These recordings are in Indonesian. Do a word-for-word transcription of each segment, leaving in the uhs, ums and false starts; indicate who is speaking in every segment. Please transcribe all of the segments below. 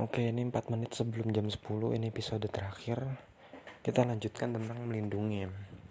Speaker 1: Oke, ini empat menit sebelum jam sepuluh, ini episode terakhir. Kita lanjutkan tentang melindungi.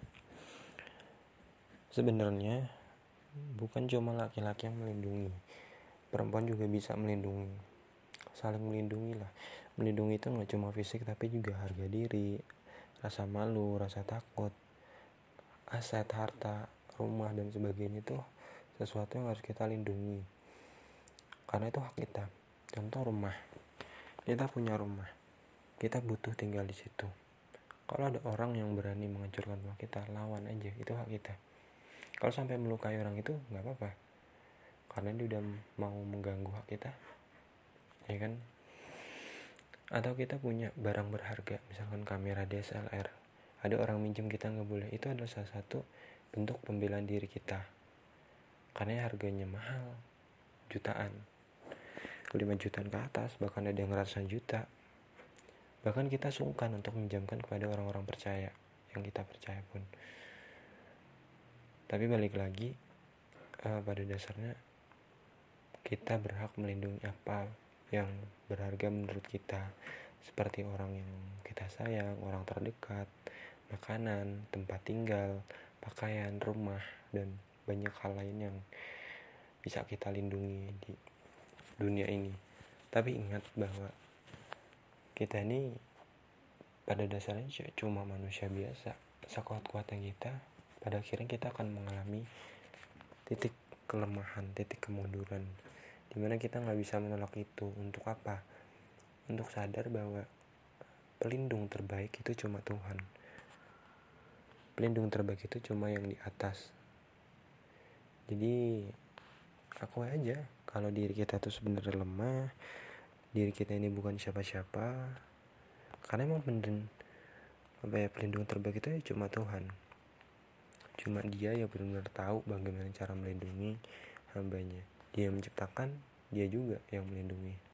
Speaker 1: Sebenarnya bukan cuma laki-laki yang melindungi, perempuan juga bisa melindungi. Saling melindungi lah. Melindungi itu gak cuma fisik, tapi juga harga diri, rasa malu, rasa takut, aset, harta, rumah, dan sebagainya. Itu sesuatu yang harus kita lindungi, karena itu hak kita. Contoh rumah, kita punya rumah, kita butuh tinggal di situ. Kalau ada orang yang berani menghancurkan rumah kita, lawan aja, itu hak kita. Kalau sampai melukai orang itu nggak apa-apa, karena dia udah mau mengganggu hak kita, ya kan? Atau kita punya barang berharga, misalkan kamera D S L R, ada orang minjem kita nggak boleh, itu adalah salah satu bentuk pembelaan diri kita, karena harganya mahal, jutaan, lima jutaan ke atas, bahkan ada yang ratusan juta. Bahkan kita sungkan untuk minjamkan kepada orang-orang percaya, yang kita percaya pun. Tapi balik lagi, uh, pada dasarnya kita berhak melindungi apa yang berharga menurut kita, seperti orang yang kita sayang, orang terdekat, makanan, tempat tinggal, pakaian, rumah, dan banyak hal lain yang bisa kita lindungi di dunia ini. Tapi ingat bahwa kita ini pada dasarnya cuma manusia biasa. Sekuat-kuatnya kita, pada akhirnya kita akan mengalami titik kelemahan, titik kemunduran, dimana kita gak bisa menolak itu. Untuk apa? Untuk sadar bahwa pelindung terbaik itu cuma Tuhan. Pelindung terbaik itu cuma yang di atas. Jadi aku aja kalau diri kita tuh sebenarnya lemah, diri kita ini bukan siapa-siapa, karena emang bener apa ya, pelindung terbaik itu ya cuma Tuhan. Cuma Dia yang benar-benar tahu bagaimana cara melindungi hambanya. Dia menciptakan, Dia juga yang melindungi.